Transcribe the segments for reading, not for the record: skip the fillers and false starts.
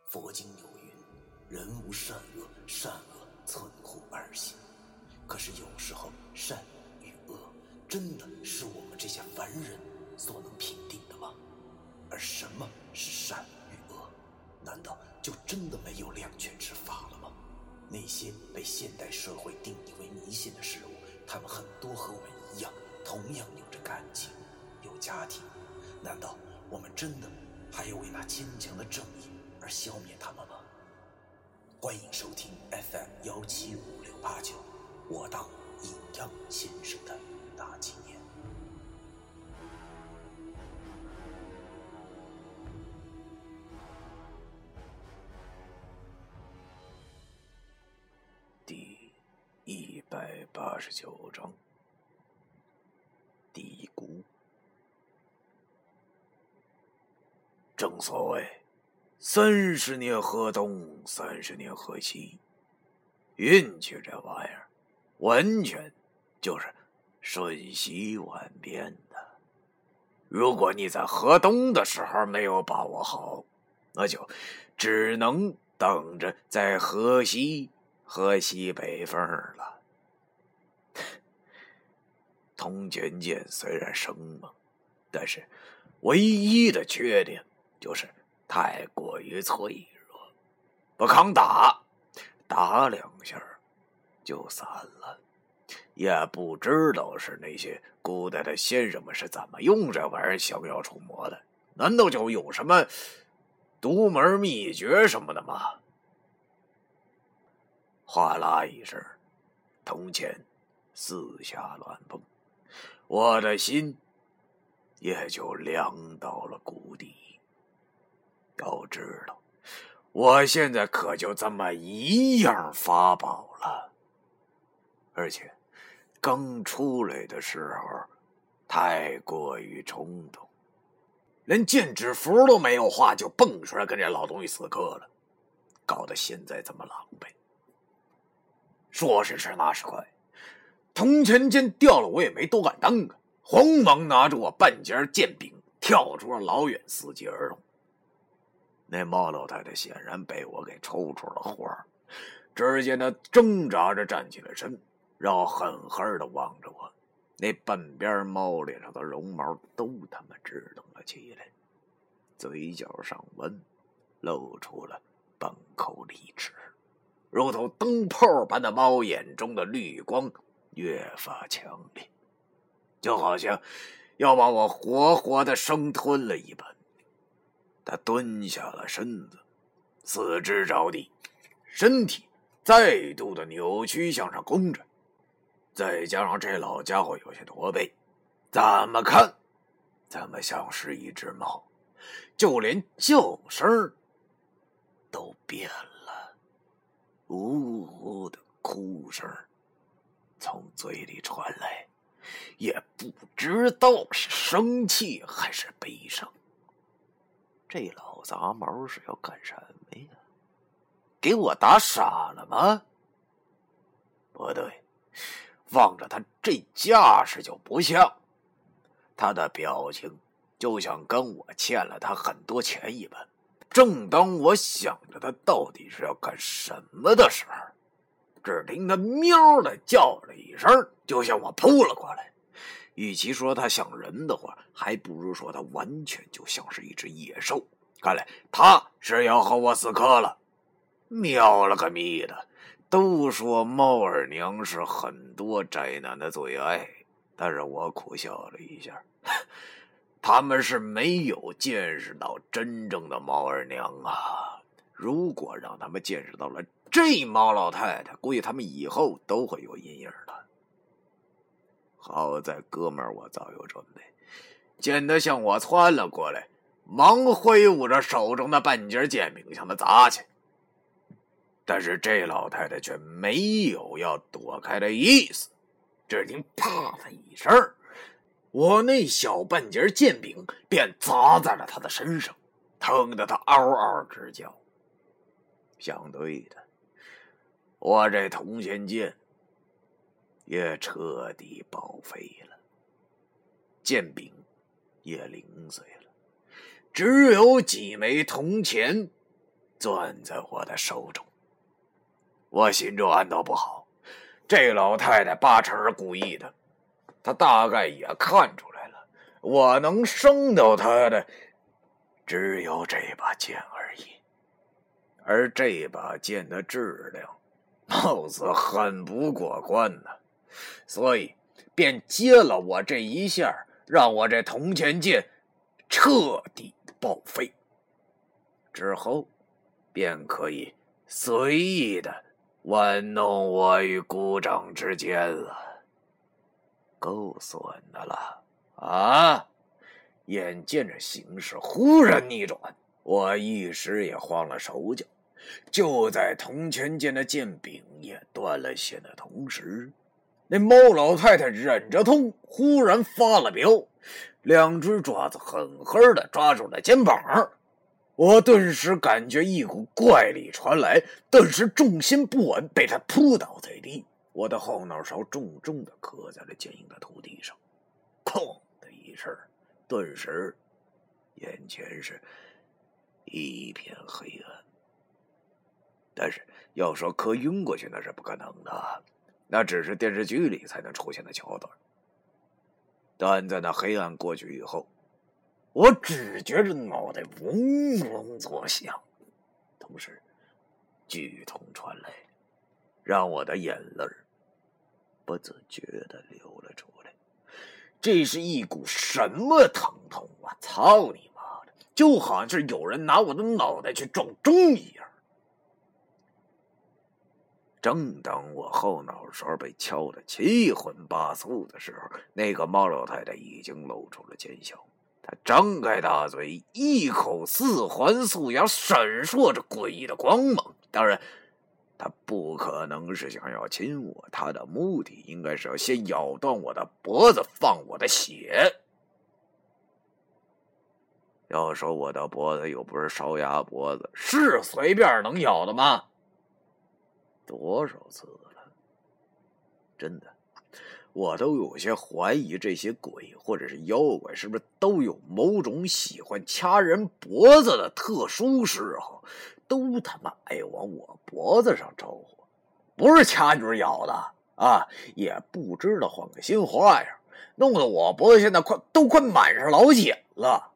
佛经有云，人无善恶，善恶存乎二心。可是有时候善与恶真的是我们这些凡人所能评定的吗？而什么是善与恶？难道就真的没有两全之法了吗？那些被现代社会定义为迷信的事物，他们很多和我们一样，同样有着感情，有家庭。难道我们真的还要为那坚强的正义而消灭他们吗？欢迎收听 FM1755689，我当阴阳先生的大纪念。第189章，嘀咕。正所谓30年河东，30年河西，运气这玩意儿完全就是瞬息万变的。如果你在河东的时候没有把握好，那就只能等着在河西喝西北风了。通泉剑虽然生猛，但是唯一的缺点就是太过于脆弱，不抗打，打2下就散了。也不知道是那些古代的先生们是怎么用这玩意儿降妖除魔的，难道就有什么独门秘诀什么的吗？哗啦一声，铜钱四下乱蹦，我的心也就凉到了谷底。要知道，我现在可就这么一样法宝了，而且刚出来的时候太过于冲动，连剑指符都没有画就蹦出来跟这老东西死磕了，搞得现在这么狼狈。说时迟那时快，铜钱剑掉了我也没多敢当啊，慌忙拿着我半截剑柄跳出了老远，伺机而动。那猫老太太显然被我给抽出了花，只见她挣扎着站起了身，然后狠狠地望着我，那半边猫脸上的绒毛都他妈支棱了起来，嘴角上弯，露出了半口利齿，如同灯泡般的猫眼中的绿光越发强烈，就好像要把我活活的生吞了一般。他蹲下了身子，四肢着地，身体再度的扭曲向上弓着，再加上这老家伙有些驼背，怎么看怎么像是一只猫，就连叫声都变了，呜呜的哭声从嘴里传来，也不知道是生气还是悲伤。这老杂毛是要干什么呀？给我打傻了吗？不对，望着他这架势就不像，他的表情就像跟我欠了他很多钱一般。正当我想着他到底是要干什么的时候，只听他喵的叫了一声，就向我扑了过来。与其说他像人的话，还不如说他完全就像是一只野兽。看来他是要和我死磕了。喵了个咪的，都说猫耳娘是很多宅男的最爱，但是我苦笑了一下，他们是没有见识到真正的猫耳娘啊。如果让他们见识到了这猫老太太，估计他们以后都会有阴影的。好在哥们儿我早有准备，见他向我窜了过来，忙挥舞着手中的半截剑柄向他砸去，但是这老太太却没有要躲开的意思。只听啪的一声，我那小半截剑柄便砸在了他的身上，疼得他嗷嗷直叫。相对的，我这铜钱剑也彻底报废了，剑柄也零碎了，只有几枚铜钱攥在我的手中。我心中暗道不好，这老太太八成是故意的，她大概也看出来了，我能伤到她的只有这把剑而已，而这把剑的质量貌似很不过关呢，所以便接了我这一下，让我这铜钱剑彻底报废，之后便可以随意的玩弄我与股掌之间了。够损的了啊！眼见着形势忽然逆转，我一时也慌了手脚。就在铜钱剑的剑柄也断了线的同时，那猫老太太忍着痛忽然发了飙，两只爪子狠狠地抓住了肩膀。我顿时感觉一股怪力传来，顿时重心不稳，被他扑倒在地。我的后脑勺重重地磕在了坚硬的土地上，哐的一声，顿时眼前是一片黑暗。但是要说磕晕过去那是不可能的，那只是电视剧里才能出现的桥段。但在那黑暗过去以后，我只觉着脑袋嗡嗡作响，同时剧痛传来，让我的眼泪不自觉地流了出来。这是一股什么疼痛啊！操你妈的，就好像是有人拿我的脑袋去撞钟一样。正当我后脑勺被敲得七荤八素的时候，那个猫老太太已经露出了奸笑。她张开大嘴，一口四环素牙闪烁着诡异的光芒。当然，她不可能是想要亲我，她的目的应该是要先咬断我的脖子，放我的血。要说我的脖子又不是烧鸭脖子，是随便能咬的吗？多少次了，真的，我都有些怀疑这些鬼或者是妖怪是不是都有某种喜欢掐人脖子的特殊嗜好，都他妈爱往我脖子上招呼，不是掐就是咬的啊！也不知道换个新花样，弄得我脖子现在都快满是老茧了。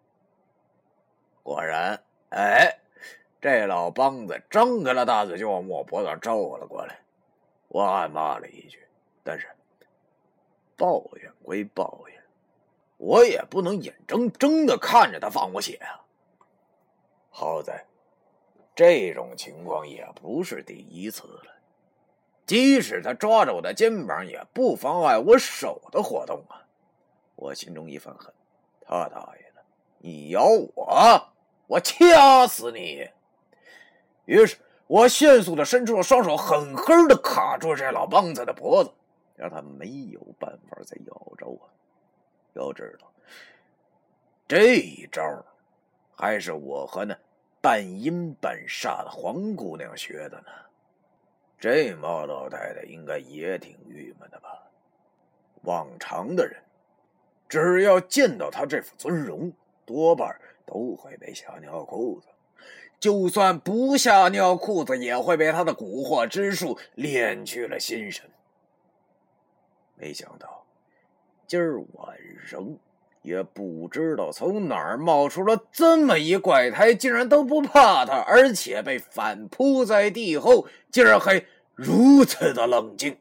果然，这老梆子张开了大嘴就往我脖子上招呼了过来。我暗骂了一句，但是抱怨归抱怨，我也不能眼睁睁地看着他放我血啊。好在这种情况也不是第一次了，即使他抓着我的肩膀也不妨碍我手的活动啊。我心中一番恨，他大爷的，你咬我掐死你！于是我迅速地伸出了双手，狠狠地卡住这老梆子的脖子，让他没有办法再咬着我。要知道，这一招还是我和那半阴半煞的黄姑娘学的呢。这猫老太太应该也挺郁闷的吧？往常的人，只要见到她这副尊容，多半都会被吓尿裤子。就算不吓尿裤子，也会被他的蛊惑之术敛去了心神。没想到今儿晚上也不知道从哪儿冒出了这么一怪胎，竟然都不怕他，而且被反扑在地后，竟然还如此的冷静。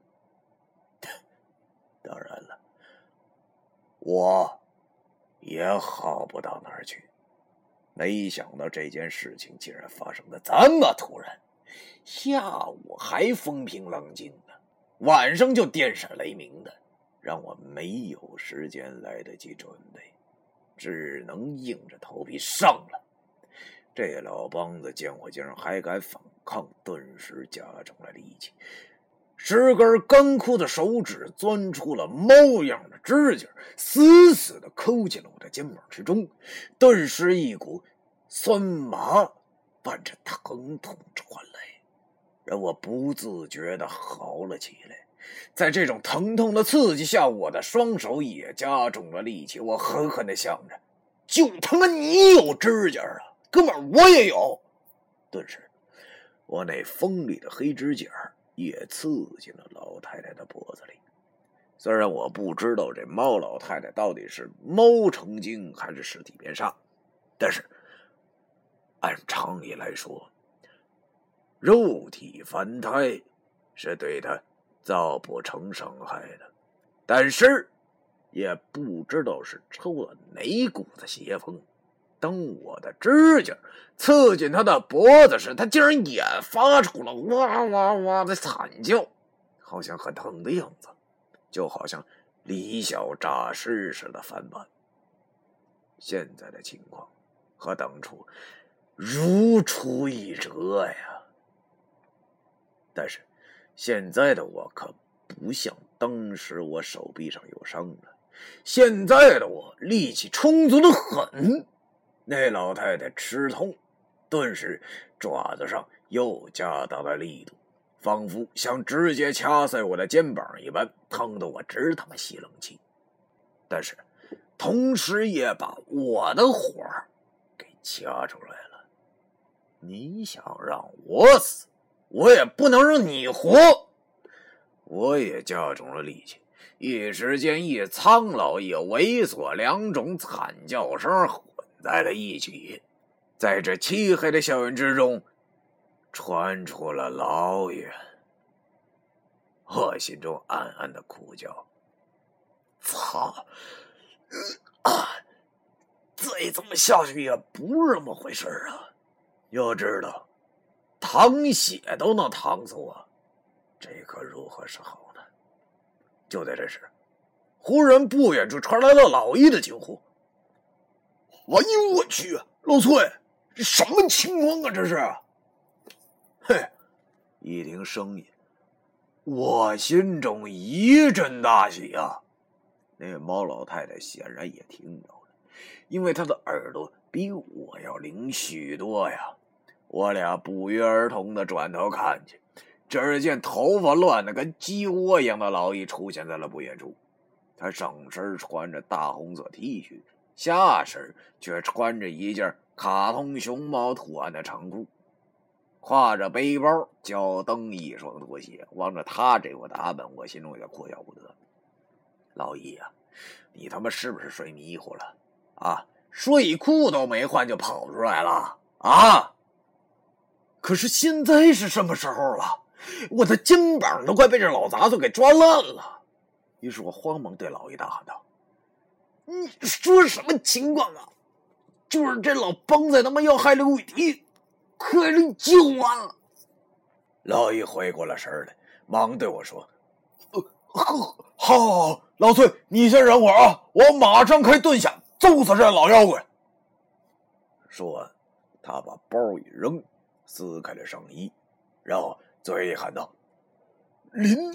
当然了，我也好不到哪儿去。没想到这件事情竟然发生的这么突然，下午还风平浪静呢，晚上就电闪雷鸣的，让我没有时间来得及准备，只能硬着头皮上了。这老梆子见我竟然还敢反抗，顿时加重了力气，10根干枯的手指钻出了猫样的指甲，死死地抠进了我的肩膀之中。顿时一股酸麻伴着疼痛传来，让我不自觉地嚎了起来。在这种疼痛的刺激下，我的双手也加重了力气。我狠狠地想着，就他妈你有指甲啊，哥们儿，我也有， 顿时我那锋利的黑指甲也刺进了老太太的脖子里。虽然我不知道这猫老太太到底是猫成精还是尸体变煞，但是按常理来说，肉体凡胎是对她造不成伤害的，但是也不知道是抽了哪股子邪风，当我的指甲刺进他的脖子时，他竟然也发出了哇哇哇的惨叫，好像很疼的样子，就好像李小诈尸似的翻版。现在的情况和当初如出一辙呀。但是现在的我可不像当时我手臂上有伤了，现在的我力气充足的很。那老太太吃痛，顿时爪子上又加大了力度，仿佛想直接掐碎我的肩膀一般，疼得我直他妈吸冷气。但是同时也把我的火给掐出来了。你想让我死，我也不能让你活。我也加重了力气，一时间一苍老一猥琐两种惨叫声混在了一起，在这漆黑的校园之中传出了老远。我心中暗暗的哭叫：操！再这么下去也不是这么回事啊！要知道，淌血都能淌死我，这可如何是好呢？就在这时，忽然不远处传来了老易的惊呼：哎呦我去，老崔，这什么情况啊这是？嘿，一听声音，我心中一阵大喜啊！那猫老太太显然也听到了，因为她的耳朵比我要灵许多呀。我俩不约而同的转头看去，只见头发乱得跟鸡窝一样的老易出现在了不远处。他上身穿着大红色 T 恤，下身却穿着一件卡通熊猫图案的长裤，挎着背包，脚蹬一双拖鞋。望着他这个打扮，我心中也哭笑不得。老易啊，你他妈是不是睡迷糊了啊？睡裤都没换就跑出来了啊！可是现在是什么时候了？我的肩膀都快被这老杂碎给抓烂了。于是我慌忙对老易大喊道：你说什么情况啊？就是这老帮仔他妈要害刘雨婷，快来救我啊！老易回过了神来，忙对我说：好，老崔，你先忍会儿啊，我马上开盾下揍死这老妖怪。说完，他把包一扔，撕开了上衣，然后嘴里喊道：林。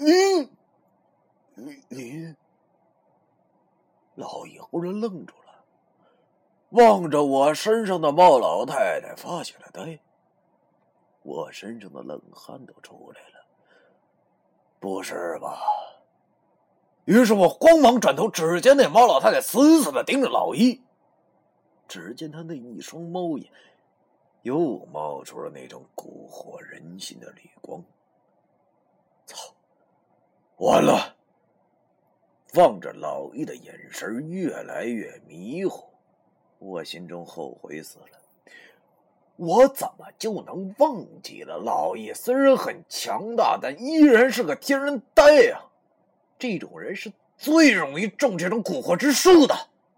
老易忽然愣住了，望着我身上的猫老太太发起了呆。我身上的冷汗都出来了。不是吧？于是我慌忙转头，只见那猫老太太死死地盯着老易，只见他那一双猫眼又冒出了那种蛊惑人心的绿光。操！完了！望着老易的眼神越来越迷糊，我心中后悔死了。我怎么就能忘记了老易虽然很强大，但依然是个天然呆啊！这种人是最容易中这种蛊惑之术的。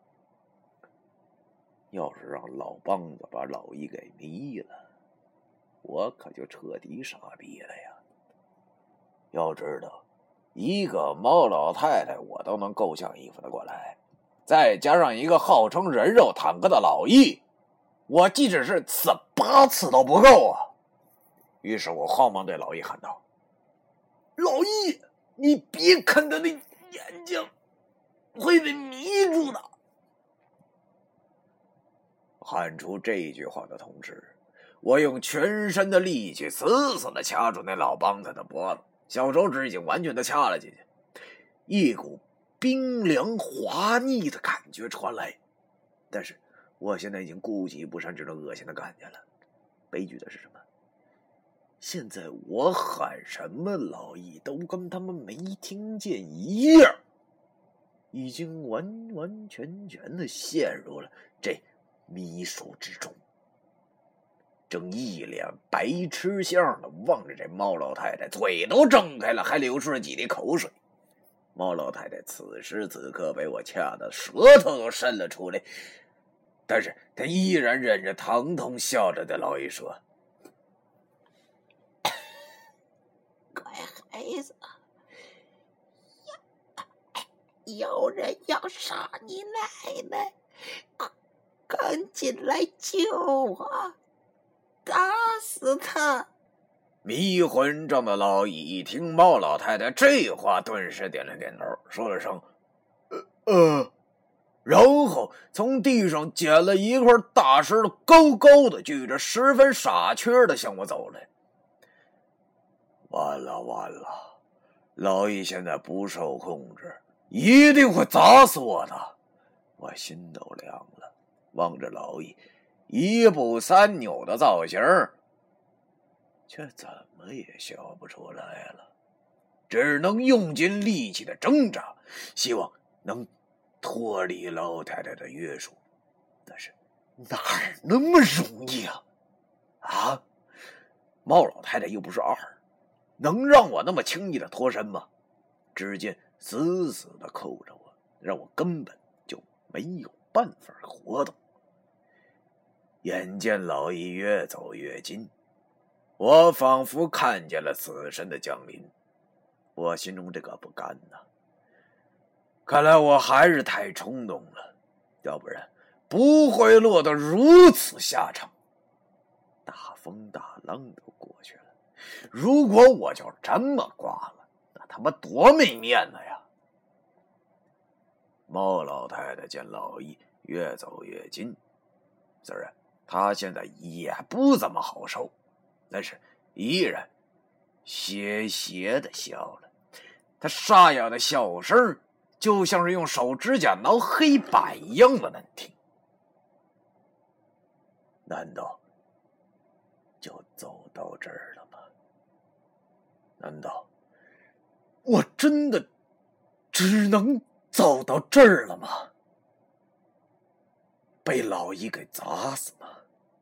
要是让老帮子把老易给迷了，我可就彻底傻逼了呀！要知道，一个猫老太太我都能够呛应付得过来，再加上一个号称人肉坦克的老易，我即使是死8次都不够啊！于是我慌忙对老易喊道：老易，你别看他的眼睛会被迷住的。喊出这句话的同时，我用全身的力气死死地掐住那老帮子的脖子，小手指已经完全的掐了进去，一股冰凉滑腻的感觉传来，但是我现在已经顾及不上这种恶心的感觉了。 悲剧的是什么？现在我喊什么老易都跟他们没听见一样，已经完完全全的陷入了这迷数之中，正一脸白痴相的望着这猫老太太，嘴都睁开了，还流出了几滴口水。猫老太太此时此刻被我掐得舌头都伸了出来，但是她依然忍着疼痛，笑着对老易说：“ 乖孩子，有人要杀你奶奶，赶紧来救我，打死他！” 迷魂中的老易一听猫老太太这话，顿时点了点头，说了声然后从地上捡了一块大石头，高高的举着，十分傻缺的向我走来。完了完了，老易现在不受控制，一定会砸死我的。我心都凉了，望着老易一步三扭的造型，却怎么也笑不出来了，只能用尽力气的挣扎，希望能脱离老太太的约束。但是哪儿那么容易啊？猫老太太又不是二，能让我那么轻易的脱身吗？指尖死死的扣着我，让我根本就没有办法活动。眼见老易越走越近，我仿佛看见了死神的降临，我心中这个不甘呐。看来我还是太冲动了，要不然不会落得如此下场。大风大浪都过去了，如果我就这么挂了，那他妈多没面子呀！猫老太太见老易越走越近，虽然她现在也不怎么好受，但是依然邪邪的笑了。她沙哑的笑声就像是用手指甲挠黑板一样的难听。难道就走到这儿了吗？难道我真的只能走到这儿了吗？被老易给砸死吗？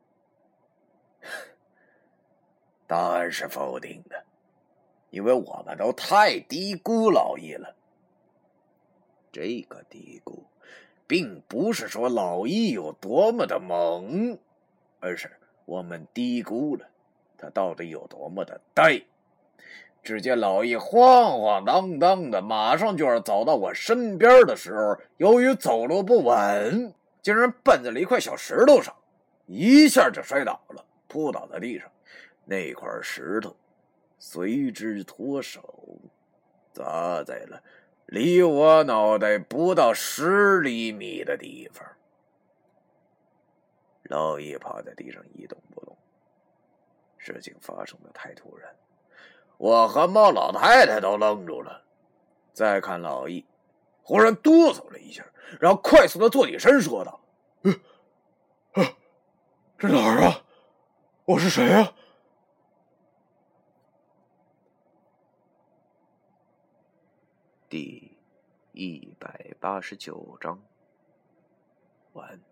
答案是否定的，因为我们都太低估老易了。这个低估并不是说老易有多么的猛，而是我们低估了他到底有多么的呆。只见老易晃晃荡荡的，马上就要走到我身边的时候，由于走路不稳，竟然绊在了一块小石头上，一下就摔倒了，扑倒在地上。那块石头随之脱手，砸在了离我脑袋不到10厘米的地方。老易趴在地上一动不动，事情发生的太突然，我和猫老太太都愣住了。再看老易，忽然哆嗦了一下，然后快速的坐起身说道：“这哪儿啊？我是谁啊？”第189章完。